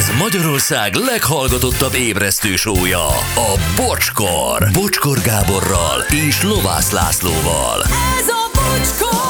Ez Magyarország leghallgatottabb ébresztő show-ja, a Bocskor. Bocskor Gáborral és Lovász Lászlóval. Ez a Bocskor!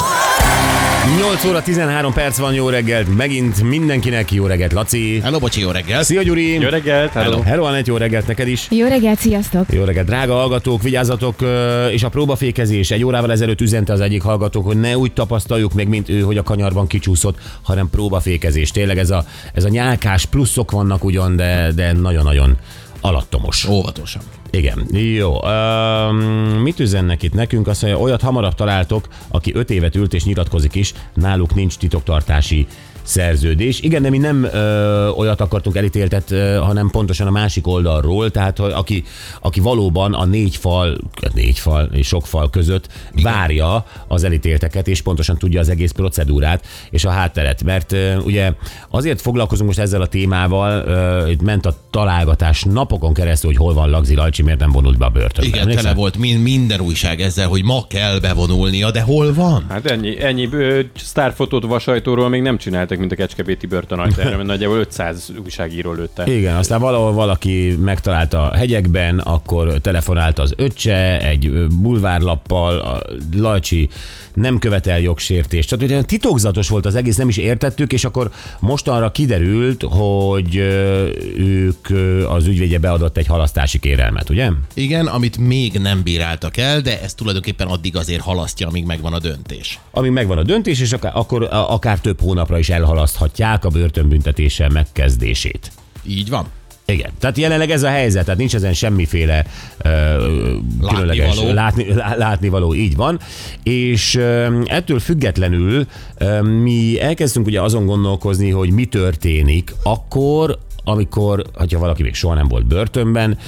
8 óra 13 perc van, jó reggelt, megint mindenkinek jó reggelt, Laci. Hello, bocsi, jó reggelt. Szia, Gyuri. Jó reggelt, hello. Hello, Anett, jó reggelt neked is. Jó reggelt, sziasztok! Jó reggelt, drága hallgatók, vigyázzatok, és a próbafékezés. Egy órával ezelőtt üzente az egyik hallgatók, hogy ne úgy tapasztaljuk meg, mint ő, hogy a kanyarban kicsúszott, hanem próbafékezés. Tényleg ez a nyálkás pluszok vannak ugyan, de nagyon-nagyon alattomos. Óvatosan. Igen, jó. Mit üzennek itt nekünk? Azt mondja, olyat hamarabb találtok, aki 5 évet ült és nyilatkozik is, náluk nincs titoktartási szerződés. Igen, de mi nem olyat akartunk elítéltet, hanem pontosan a másik oldalról, tehát aki valóban a négy fal és sok fal között várja az elítélteket, és pontosan tudja az egész procedúrát és a hátteret. Mert ugye azért foglalkozunk most ezzel a témával, itt ment a találgatás napokon keresztül, hogy hol van Lagzi Lajcsi, miért nem vonult be a börtönbe. Igen, tele volt minden újság ezzel, hogy ma kell bevonulnia, de hol van? Hát ennyi sztárfotót Vasajtóról még nem csináltak, mint a Kecskebéti börtön ajtajra, mert nagyjából 500 újságíró lőtte. Igen, aztán valahol valaki megtalálta a hegyekben, akkor telefonált az öccse egy bulvárlappal, a Lajcsi nem követel jogsértést. Tehát titokzatos volt az egész, nem is értettük, és akkor mostanra kiderült, hogy ők az ügyvédje beadott egy halasztási kérelmet, ugye? Igen, amit még nem bíráltak el, de ez tulajdonképpen addig azért halasztja, amíg megvan a döntés. Amíg megvan a döntés, és akkor akár több hónapra is elhalaszthatják a börtönbüntetése megkezdését. Így van. Igen, tehát jelenleg ez a helyzet, tehát nincs ezen semmiféle különleges látnivaló, így van, és ettől függetlenül mi elkezdtünk ugye azon gondolkozni, hogy mi történik akkor, amikor, ha valaki még soha nem volt börtönben,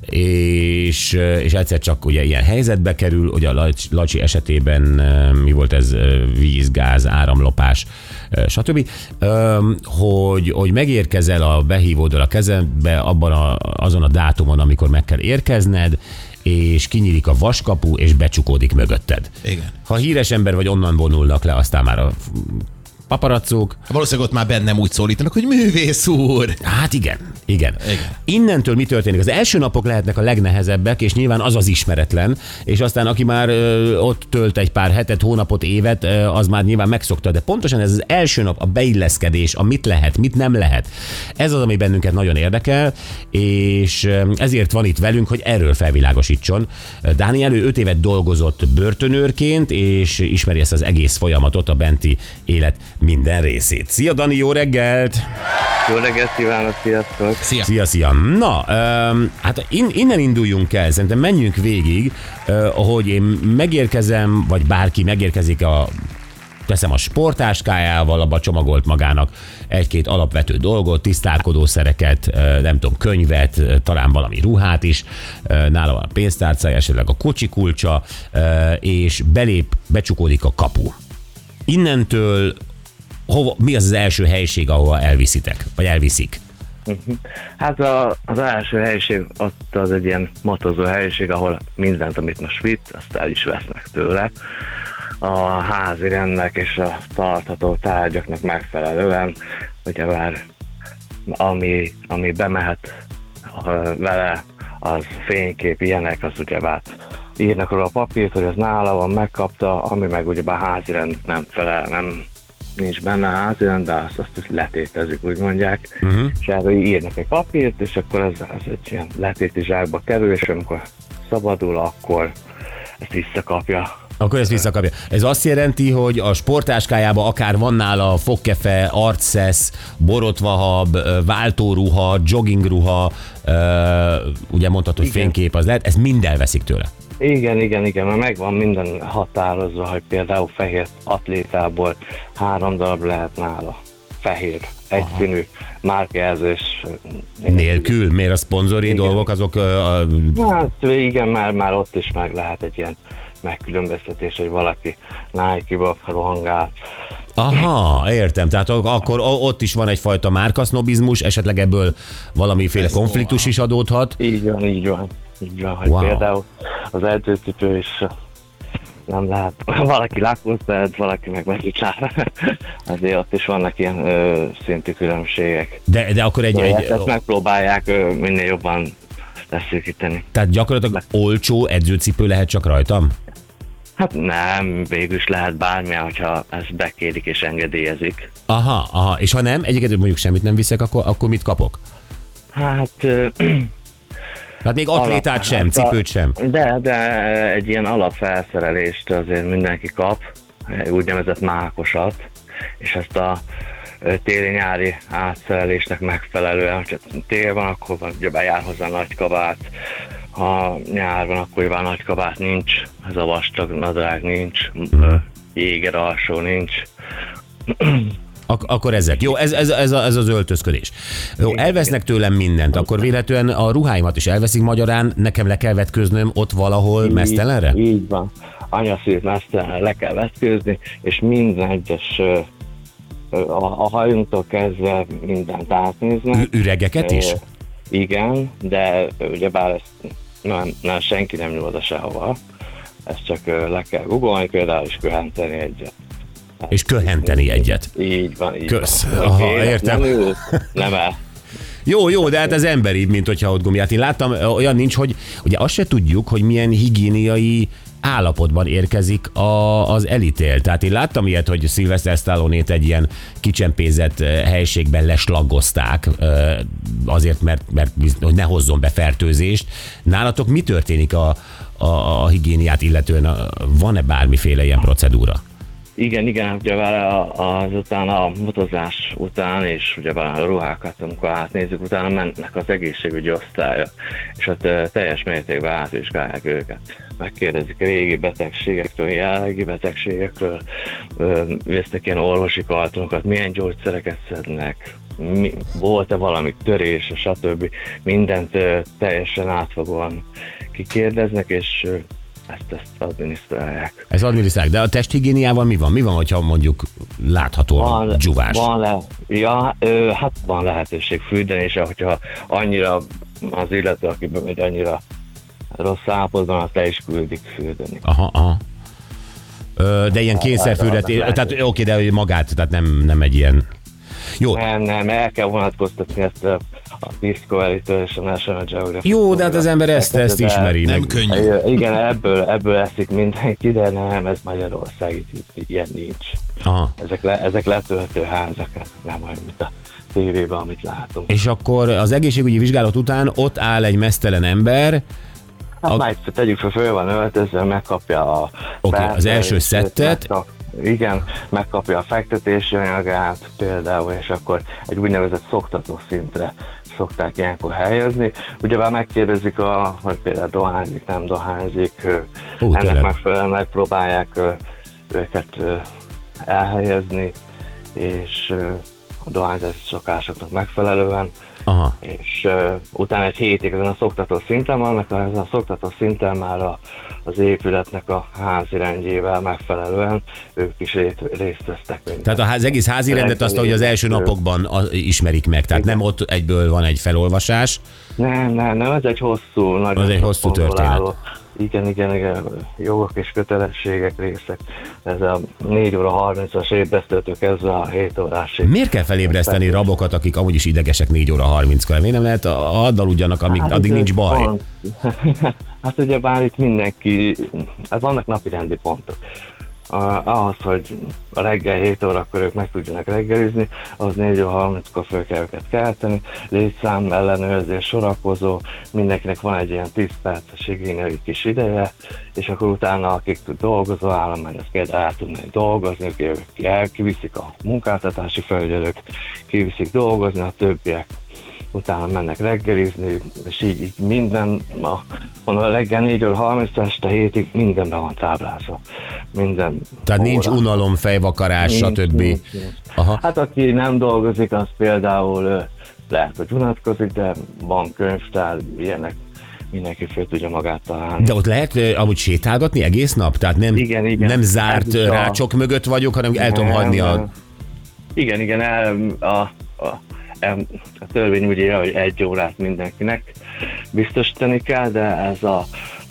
és egyszer csak ugye ilyen helyzetbe kerül, ugye a Lajcsi esetében mi volt ez, víz, gáz, áramlopás, stb., hogy megérkezel a behívóddal a kezedbe azon a dátumon, amikor meg kell érkezned, és kinyílik a vaskapu, és becsukódik mögötted. Igen. Ha híres ember vagy, onnan vonulnak le, aztán már a paparazzók. Valószínűleg ott már bennem úgy szólítanak, hogy művész úr. Hát igen. Innentől mi történik? Az első napok lehetnek a legnehezebbek, és nyilván az ismeretlen, és aztán aki már ott tölt egy pár hetet, hónapot, évet, az már nyilván megszokta, de pontosan ez az első nap, a beilleszkedés, a mit lehet, mit nem lehet. Ez az, ami bennünket nagyon érdekel, és ezért van itt velünk, hogy erről felvilágosítson. Dániel, ő 5 évet dolgozott börtönőrként, és ismeri ezt az egész folyamatot, a benti élet minden részét. Szia, Dani, jó reggelt! Jó reggelt kívánok, sziasztok! Szia! Na, hát innen induljunk el, szerintem menjünk végig, hogy én megérkezem, vagy bárki megérkezik teszem a sportáskájával, abba csomagolt magának egy-két alapvető dolgot, tisztálkodószereket, nem tudom, könyvet, talán valami ruhát is, nála van a pénztárcája, esetleg a kocsi kulcsa, és becsukódik a kapu. Innentől mi az első helység, ahova elviszitek, vagy elviszik? Hát az első helység az egy ilyen motozó helység, ahol mindent, amit most vitt, azt el is vesznek tőle. A házi rendnek és a tartható tárgyaknak megfelelően, ugyebár ami bemehet vele, az fénykép, ilyenek, az ugyebár írnak róla a papírt, hogy ez nála van, megkapta, ami meg ugyebár házirend nem felel, nincs benne a házirend, de azt letétezik, úgy mondják, és erről írnak egy papírt, és akkor ez egy ilyen letéti zsákba kerül, és amikor szabadul, akkor ezt visszakapja. Akkor ezt visszakapja. Ez azt jelenti, hogy a sportáskájában akár van nála fogkefe, arcszesz, borotvahab, váltóruha, joggingruha, ugye mondhatod, hogy fénykép az lehet, ez mind elveszik tőle. Igen, mert megvan minden határozva, hogy például fehér atlétából 3 darab lehet nála. Fehér, egyszínű, márkajelzés. Nélkül? Miért a szponzori dolgok azok? Hát igen, már ott is meg lehet egy ilyen megkülönböztetés, hogy valaki Nike-ba rohangál. Aha, értem. Tehát akkor ott is van egyfajta márkasznobizmus, esetleg ebből valamiféle konfliktus is adódhat. Így van, hogy például az edzőcipő is nem lehet. Valaki lakószed, valaki meg mezőcsár. Azért ott is vannak ilyen szintű különbségek. De akkor ezt megpróbálják minél jobban leszűkíteni. Tehát gyakorlatilag olcsó edzőcipő lehet csak rajtam? Hát nem, végül is lehet bármilyen, hogyha ezt bekérik és engedélyezik. Aha, és ha nem, egyébként mondjuk semmit nem viszek, akkor mit kapok? Hát még atlétát sem, cipőt sem. De egy ilyen alapfelszerelést azért mindenki kap, úgynevezett mákosat, és ezt a téli-nyári átszerelésnek megfelelően, hogyha tél van, akkor ugye bejár hozzá nagy kabát, ha nyár van, akkor nyilván nagy kabát nincs, ez a vastag nadrág nincs, jéger alsó nincs. Akkor ezek. Jó, ez az öltözködés. Jó, elvesznek tőlem mindent, akkor véletlenül a ruháimat is elveszik, magyarán nekem le kell vetköznöm ott valahol meztelenre? Így van. Anyaszült meztelenre le kell vetkőzni, és minden egyes a hajunktól kezdve mindent átnéznek. Üregeket is? Igen, de ugyebár ezt nem, senki nem nyúl oda sehova. Ezt csak le kell googolni, például is köhenteni egyet. És köhenteni egyet. Így van, így Kösz. van. Aha, értem. Nem el. Jó, de hát ez emberibb, mint hogyha ott gumiát. Én láttam, olyan nincs, hogy ugye azt se tudjuk, hogy milyen higiéniai állapotban érkezik az elítél. Tehát én láttam ilyet, hogy Sylvester Stallone-t egy ilyen kicsempézett helyiségben leslaggozták, azért, mert hogy ne hozzon be fertőzést. Nálatok mi történik a higiéniát illetően? Van-e bármiféle ilyen procedúra? Igen, ugyebár azután a motozás után, és ugyebár a ruhákat, amikor átnézzük, utána mennek az egészségügyi osztálya, és ott teljes mértékben átvizsgálják őket. Megkérdezik a régi betegségekről, jelenlegi betegségekről, vesznek ilyen orvosi kartonokat, milyen gyógyszereket szednek, volt-e valami törés, stb. Mindent teljesen átfogóan kikérdeznek, és ezt adminisztrálják. Ez adminisztrálják, de a testhigiéniával mi van? Mi van, hogyha mondjuk láthatóan dzsuvás? Hát van lehetőség fürdeni, és hogyha annyira az illető, aki bemegy annyira rossz állapotban, azt le is küldik fürdeni. Aha. De ilyen kényszerfürdetés, tehát oké, de magát, tehát nem egy ilyen... Jó. Nem, el kell vonatkoztatni ezt a Discovery-től és a National Geographic. Jó, de hát az ember ezt ismeri. Nem könnyű. Igen, ebből eszik mindenki, de nem, ez Magyarország, ilyen nincs. Aha. Ezek letöltő házak, nem olyan, mint a tévében, amit látunk. És akkor az egészségügyi vizsgálat után ott áll egy meztelen ember, Hát már tegyük föl van öltözve, megkapja az első szettet. Igen, megkapja a fektetési anyagát például, és akkor egy úgynevezett szoktató szintre szokták ilyenkor helyezni. Ugyebár megkérdezik, hogy például dohányzik, nem dohányzik, ennek megfelelően megpróbálják őket elhelyezni, és a dohányzási szokásoknak megfelelően. Aha. És utána egy hétig ezen a szoktató szinten vannak, ezen a szoktató szinten már az épületnek a házirendjével megfelelően ők is részt vesznek. Tehát az egész házirendet azt, hogy az első napokban ismerik meg, tehát igen. Nem ott egyből van egy felolvasás. Nem, ez egy hosszú, nagyon egy hosszú történet. Igen, jogok és kötelességek részek. Ez a 4 óra 30-as ébresztőtől kezdve a 7 órásig. Miért kell felébreszteni rabokat, akik amúgy is idegesek 4 óra 30-kor? Miért nem lehet aludjanak, addig nincs baj? Hát ugye bár itt mindenki, hát vannak napirendi pontok. Ahhoz, hogy a reggel 7 órakor ők meg tudjanak reggelizni, ahhoz 4 óra 30-kor föl kell őket kelteni, létszám, ellenőrzés, sorakozó, mindenkinek van egy ilyen 10 perces igényelő kis ideje, és akkor utána, akik dolgozó állomány, azt például el tudnak dolgozni, ők kiviszik a munkáltatási felügyelők, kiviszik dolgozni, a többiek utána mennek reggelizni, és így minden, a reggel 4 óra 30 este 7-ig mindenben van táblázva. Minden. Tehát óra. Nincs unalom, fejvakarás, stb. Aha. Hát aki nem dolgozik, az például lehet, hogy unatkozik, de van könyvtár, ilyenek, mindenki föl tudja magát találni. De ott lehet amúgy sétálgatni egész nap? Tehát nem zárt rácsok mögött vagyok, hanem el tudom hagyni a... Igen, a törvény úgy írja, hogy 1 órát mindenkinek biztosítani kell, de ez a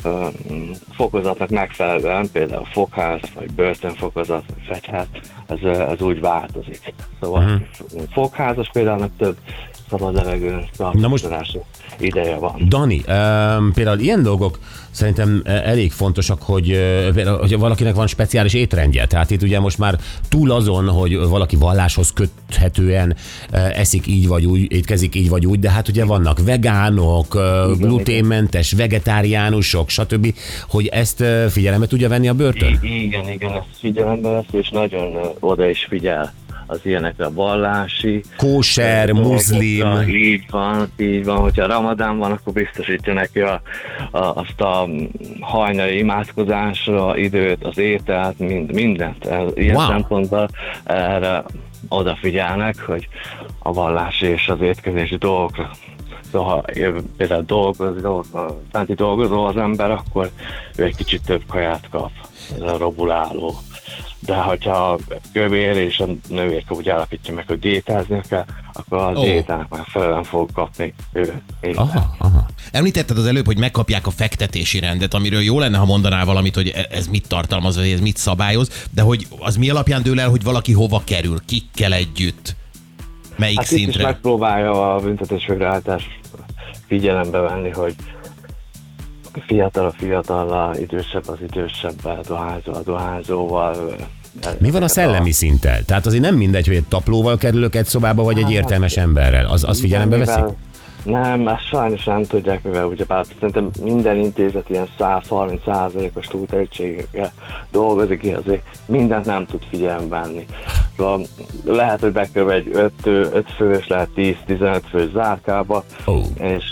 fokozatnak megfelelően, például fogház, vagy börtönfokozat, vagy fegyház, ez úgy változik. Szóval fogházas például több szabad levegőn tartózkodási ideje van. Dani, például ilyen dolgok szerintem elég fontosak, hogy valakinek van speciális étrendje. Tehát itt ugye most már túl azon, hogy valaki valláshoz köthetően eszik így vagy úgy, étkezik így vagy úgy, de hát ugye vannak vegánok, gluténmentes, vegetáriánusok, stb., hogy ezt figyelembe tudja venni a börtön? Igen, ezt figyelembe vesz, és nagyon oda is figyel az ilyenekre, a vallási. Kóser, muszlim. Így van, hogyha Ramadán van, akkor biztosítja neki azt a hajnali imádkozásra időt, az ételt, mindent. Ilyen szempontból erre odafigyelnek, hogy a vallási és az étkezési dolgokra. Szóval például dolgozó az ember, akkor ő egy kicsit több kaját kap, ez a robuláló. De hogyha kövér és a nővérke úgy állapítja meg, hogy diétázni kell, akkor a diétának megfelelően fog kapni ő. Aha. Említetted az előbb, hogy megkapják a fektetési rendet, amiről jó lenne, ha mondanál valamit, hogy ez mit tartalmaz, vagy ez mit szabályoz, de hogy az mi alapján dől el, hogy valaki hova kerül, kikkel együtt, melyik szintre? Itt is megpróbálja a büntetés végrehajtás figyelembe venni, hogy fiatal a fiatallal, idősebb az idősebbel, dohányzó a dohányzóval. Mi van a szellemi szinttel? Tehát azért nem mindegy, hogy egy taplóval kerülök egy szobába, vagy egy értelmes emberrel. Az figyelembe veszik? Nem, ezt sajnos nem tudják, mivel ugyebár szerintem minden intézet ilyen 130%-os túltehetséggel dolgozik, azért mindent nem tud figyelembe venni. Szóval lehet, hogy bekerül egy 5 fős, lehet 10-15 fős zárkába, és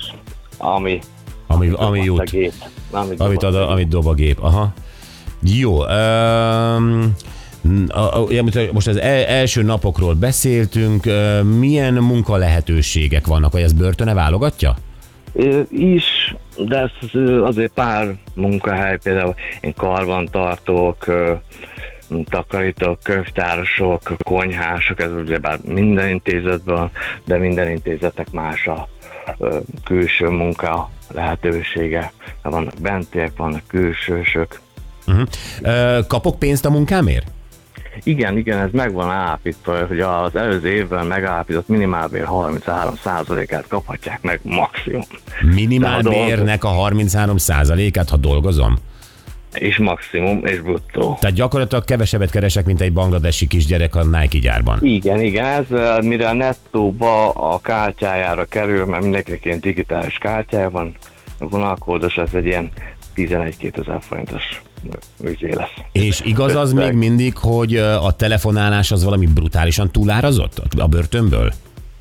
ami jut. Amit dob a gép. Aha. Jó. Most az első napokról beszéltünk. Milyen munkalehetőségek vannak? Vagy ez börtöne válogatja? Is, de ez azért pár munkahely, például én karbantartók, takarítók, könyvtárosok, konyhások, ez ugyebár minden intézetben, de minden intézetnek más a külső munka lehetősége. Vannak bentiek, vannak külsősök. Kapok pénzt a munkámért? Igen, ez meg van állapítva, hogy az előző évben megállapított minimálbér 33%-át kaphatják meg maximum. Minimálbérnek a 33%-át, ha dolgozom? És maximum, és bruttó. Tehát gyakorlatilag kevesebbet keresek, mint egy bangladesi kisgyerek a Nike gyárban. Igen, ez mire a nettóba a kártyájára kerül, mert mindenkinek ilyen digitális kártyája van, a vonalkódos, ez egy ilyen 11-2000 forintos ügyé lesz. És igaz az még mindig, hogy a telefonálás az valami brutálisan túlárazott a börtönből?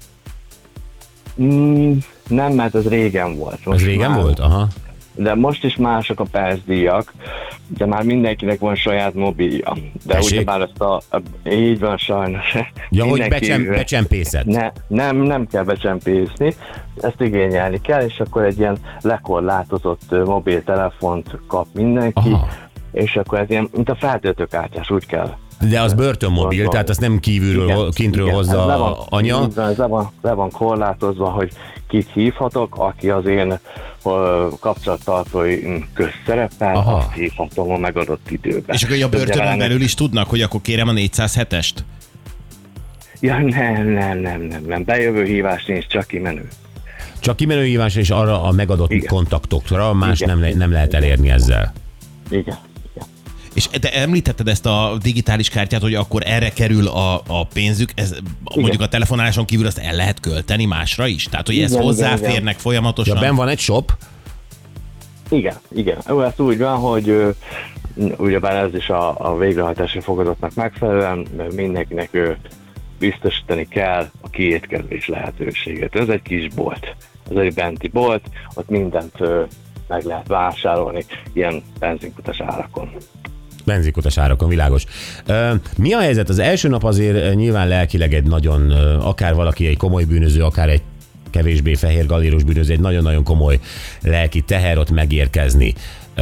Nem, mert ez régen volt. Ez régen volt? Aha. De most is mások a percdíjak, de már mindenkinek van saját mobilja. De ugyebár ezt így van sajnos. Ja, hogy becsempészed? Nem kell becsempészni, ezt igényelni kell, és akkor egy ilyen lekorlátozott mobiltelefont kap mindenki, és akkor ez ilyen, mint a feltöltőkártyás, úgy kell. De az börtönmobil, tehát azt nem kintről hozza anya. Le van korlátozva, hogy kit hívhatok, aki az én kapcsolattartói közszerepel, azt hívhatom a megadott időben. És akkor a börtönön belül is tudnak, hogy akkor kérem a 407-est? Ja, nem. Bejövő hívás nincs, csak kimenő. Csak kimenő hívás és arra a megadott kontaktokra, más nem lehet elérni ezzel. Igen. És te említetted ezt a digitális kártyát, hogy akkor erre kerül a pénzük, ez mondjuk a telefonáláson kívül azt el lehet költeni másra is? Tehát, hogy ez hozzáférnek folyamatosan? Ja, benn van egy shop? Igen. Ez úgy van, hogy ugyebár ez is a végrehajtási fokozatnak megfelelően mindenkinek biztosítani kell a kiétkezés lehetőséget. Ez egy kis bolt, ez egy benti bolt, ott mindent meg lehet vásárolni ilyen benzinkutas árakon. Benzinkutas árakon, világos. Mi a helyzet? Az első nap azért nyilván lelkileg egy nagyon, akár valaki egy komoly bűnöző, akár egy kevésbé fehér galérus bűnöző, egy nagyon-nagyon komoly lelki teher ott megérkezni.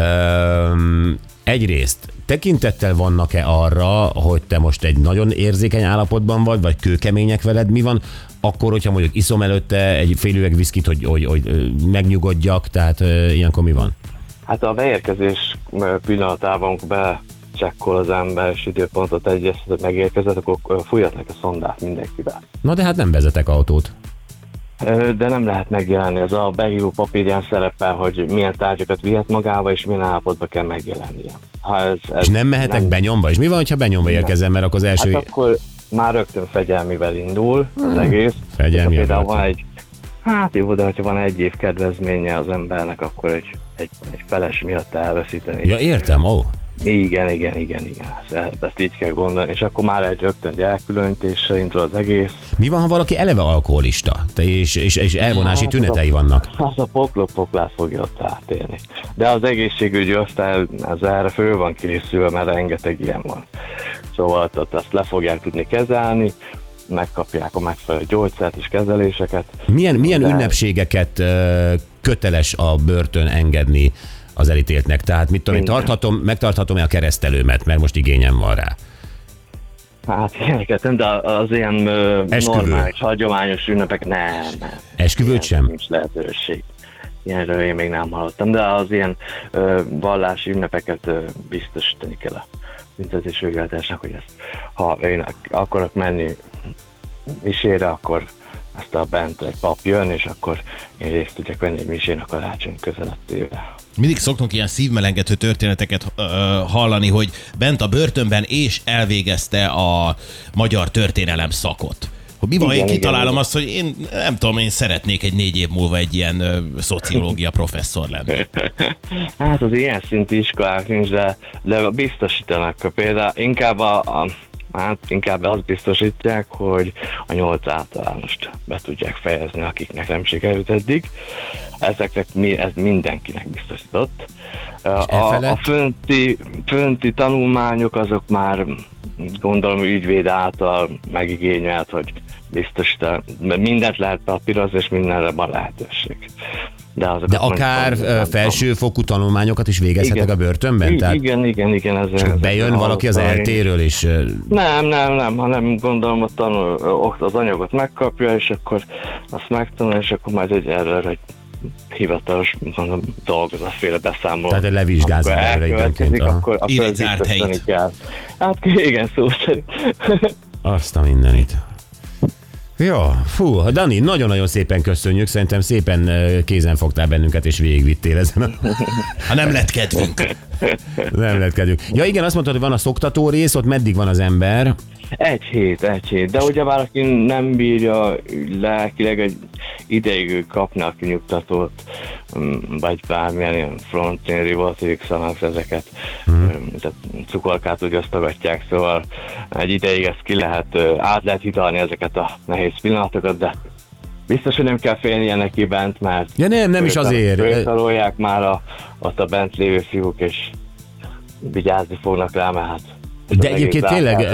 Egyrészt tekintettel vannak-e arra, hogy te most egy nagyon érzékeny állapotban vagy kőkemények veled, mi van akkor, hogyha mondjuk iszom előtte egy fél üveg viszkit, hogy megnyugodjak, tehát ilyenkor mi van? Hát a beérkezés pillanatában becsekkol az ember, és időpontot egyeztet, hogy megérkezett, akkor fújhatnak a szondát mindenkivel. Na de hát nem vezetek autót. De nem lehet megjelenni, ez a behívó papírján szerepel, hogy milyen tárgyakat vihet magába, és milyen állapotban kell megjelennie. És nem mehetek benyomba? És mi van, ha benyomba érkezem, mert akkor az első... Hát akkor már rögtön fegyelmivel indul az egész. Fegyelmi. Például van egy, hát jó, de hogyha van 1 év kedvezménye az embernek, akkor egy feles miatt elveszíteni. Ja, értem, ó. Igen. Ezt így kell gondolni, és akkor már egy rögtön elkülönítésre indul az egész. Mi van, ha valaki eleve alkoholista, és elvonási tünetei vannak? Az a poklát fogja ott átélni. De az egészségügyi osztály az erre föl van készülve, mert rengeteg ilyen van. Szóval azt le fogják tudni kezelni, megkapják a megfelelő gyógyszert és kezeléseket. Milyen ünnepségeket köteles a börtön engedni az elítéltnek? Tehát mit tudom én, megtarthatom-e a keresztelőmet, mert most igényem van rá? Hát ilyeneket nem, de az ilyen normális, hagyományos ünnepek nem. Esküvőt sem? Nincs lehetőség. Ilyenről én még nem hallottam, de az ilyen vallási ünnepeket biztosítani kell a büntetésvégrehajtásnak, hogy ezt, ha én akarok menni misére, akkor ezt a bent egy pap jön, és akkor én részt tudjak venni egy misén a karácsony közelettével. Mindig szoktunk ilyen szívmelengető történeteket hallani, hogy bent a börtönben és elvégezte a magyar történelem szakot. Hogy mi van, én kitalálom azt, hogy én nem tudom, én szeretnék egy 4 év múlva egy ilyen szociológia professzor lenni. Hát az ilyen szintű iskolák nincs, de biztosítanak például inkább azt biztosítják, hogy a 8 általánost be tudják fejezni, akiknek nem sikerült eddig. Ez mindenkinek biztosított. A fönti tanulmányok azok már gondolom ügyvéd által megigényelt, hogy biztosítani, mindent lehet papírozni, és mindenre van lehetőség. De akár felsőfokú tanulmányokat is végezhetek a börtönben? Tehát igen. Csak bejön valaki az eltéről, és... Nem, hanem gondolom az anyagot megkapja, és akkor azt megtanul, és akkor majd egy hivatalos, dolgozatféle beszámoló. Tehát egy levizsgázat erre időnként. Akkor ír egy zárt helyit. Hát igen, szó szerint. Azt a mindenit. Ja, fú, Dani, nagyon-nagyon szépen köszönjük, szerintem szépen kézen fogtál bennünket, és végigvittél ezen. Ha nem lett kedvünk. Nem lett kedvünk. Ja igen, azt mondtad, hogy van a szoktató rész, ott meddig van az ember? Egy hét. De ugye már aki nem bírja lelkileg, egy ideig kapnak nyugtatót, vagy bármilyen ilyen frontén, rivotril, xanax, ezeket, tehát cukorkát úgy osztogatják, szóval egy ideig ezt át lehet hidalni ezeket a nehéz pillanatokat, de biztos, hogy nem kell félnie neki bent, mert ja nem is azért. Föltalolják már ott a bent lévő fiúk, és vigyázni fognak rá, mert hát de egyébként tényleg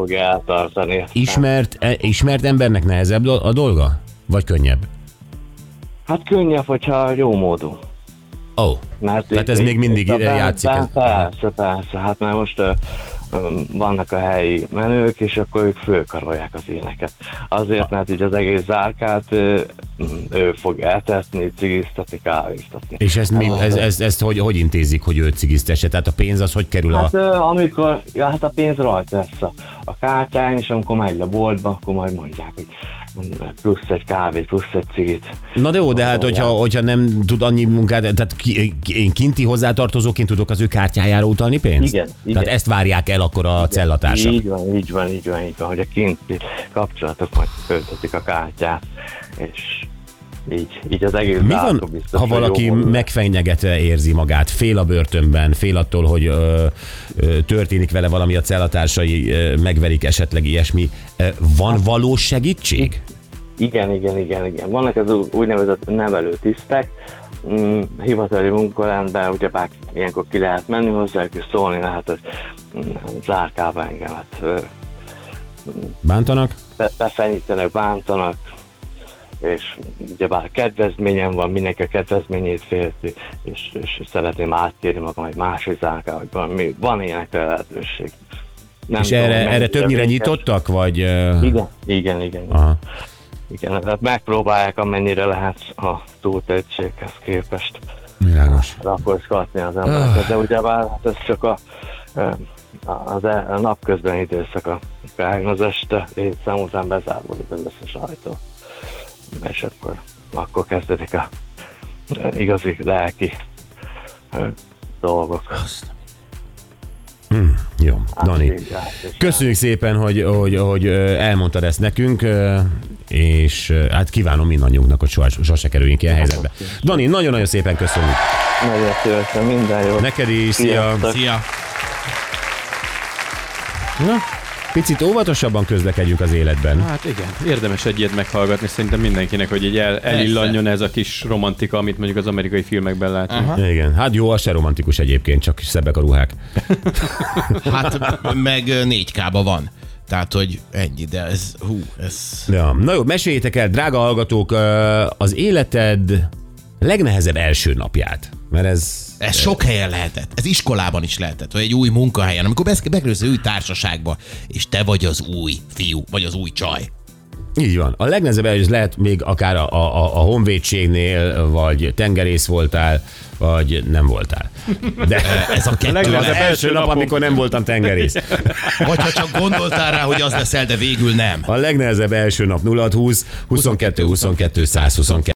ismert embernek nehezebb a dolga? Vagy könnyebb? Hát könnyebb, hogyha jó módú. Tehát ez még mindig játszik. Persze. Hát már most vannak a helyi menők, és akkor ők fölkarolják az ilyeneket. Azért, mert így az egész zárkát ő fog eltetni, cigiztatni, kávéztatni. És ezt hogy intézik, hogy ő cigiztesse? Tehát a pénz az hogy kerül hát, hát a pénz rajta lesz a kártyán, és amikor megy a boltba, akkor majd mondják, hogy plusz egy kávét, plusz egy cigit. Na de jó, de hát hogyha nem tud annyi munkát, tehát én kinti hozzátartozóként tudok az ő kártyájára utalni pénzt? Igen. Tehát ezt várják el akkor a cellatársak? Így van, hogy a kinti kapcsolatok majd föltetik a kártyát, és így az egész. Mi van, biztos, ha valaki megfenyegetve érzi magát, fél a börtönben, fél attól, hogy történik vele valami, a cellatársai megverik esetleg ilyesmi. Van valós segítség? Igen. Vannak az úgynevezett nevelőtisztek, hivatali munkarendben, ugyebár ilyenkor ki lehet menni hozzá, és szólni lehet, hogy zárkába engemet bántanak? Befenyítenek, bántanak, és ugyebár kedvezményem van, mindenki a kedvezményét félti, és szeretném áttérni magam egy másik zárkába, van ilyenek lehetőség. Nem és tudom, erre többnyire nyitottak, vagy? Igen. Aha. Igen, tehát megpróbálják, amennyire lehet a túltettséghez képest. Világos. rakoszgatni az embereket, de ugyebár hát ez csak a napközben időszak a kágnoz este, létszám után bezáruljuk az összes ajtó. És akkor kezdődik a igazi lelki dolgok. Jó, Dani. Köszönjük szépen, hogy elmondtad ezt nekünk, és hát kívánom mindannyiunknak, hogy sose kerüljünk ilyen helyzetbe. Dani, nagyon-nagyon szépen köszönjük. Nagyon szívesen, minden jó. Neked is, szia. Szia! Na, picit óvatosabban közlekedjünk az életben. Hát igen, érdemes egy ilyet meghallgatni szerintem mindenkinek, hogy egy elillanjon ez a kis romantika, amit mondjuk az amerikai filmekben látunk. Igen, hát jó, az se romantikus egyébként, csak szebbek a ruhák. Hát meg 4K-ba van. Tehát, hogy ennyi, de ez... Ja. Na jó, meséljétek el, drága hallgatók, az életed legnehezebb első napját. Mert ez sok helyen lehetett. Ez iskolában is lehetett, vagy egy új munkahelyen, amikor bekerülsz új társaságba, és te vagy az új fiú, vagy az új csaj. Így van. A legnehezebb első lehet még akár a honvédségnél, vagy tengerész voltál, vagy nem voltál. De ez a kettő az első nap, amikor nem voltam tengerész. Vagy ha csak gondoltál rá, hogy az leszel, de végül nem. A legnehezebb első nap 0-20 22 22 122.